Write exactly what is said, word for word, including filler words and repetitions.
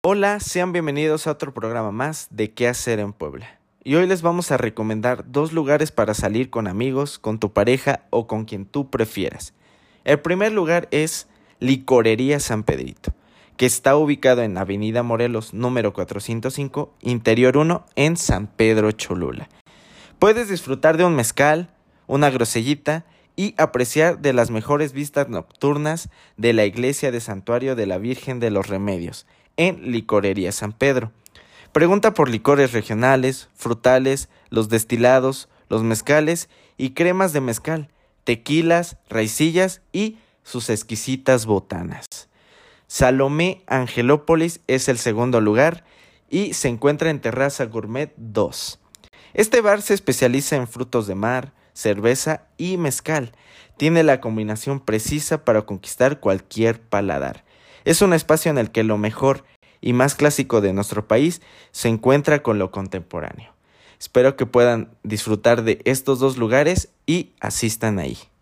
Hola, sean bienvenidos a otro programa más de ¿Qué hacer en Puebla? Y hoy les vamos a recomendar dos lugares para salir con amigos, con tu pareja o con quien tú prefieras. El primer lugar es Licorería San Pedrito, que está ubicado en Avenida Morelos número cuatrocientos cinco, Interior uno, en San Pedro Cholula. Puedes disfrutar de un mezcal, una grosellita y apreciar de las mejores vistas nocturnas de la iglesia de Santuario de la Virgen de los Remedios, en Licorería San Pedro. Pregunta por licores regionales, frutales, los destilados, los mezcales y cremas de mezcal, tequilas, raicillas y sus exquisitas botanas. Salomé Angelópolis es el segundo lugar y se encuentra en Terraza Gourmet dos. Este bar se especializa en frutos de mar, cerveza y mezcal. Tiene la combinación precisa para conquistar cualquier paladar. Es un espacio en el que lo mejor y más clásico de nuestro país se encuentra con lo contemporáneo. Espero que puedan disfrutar de estos dos lugares y asistan ahí.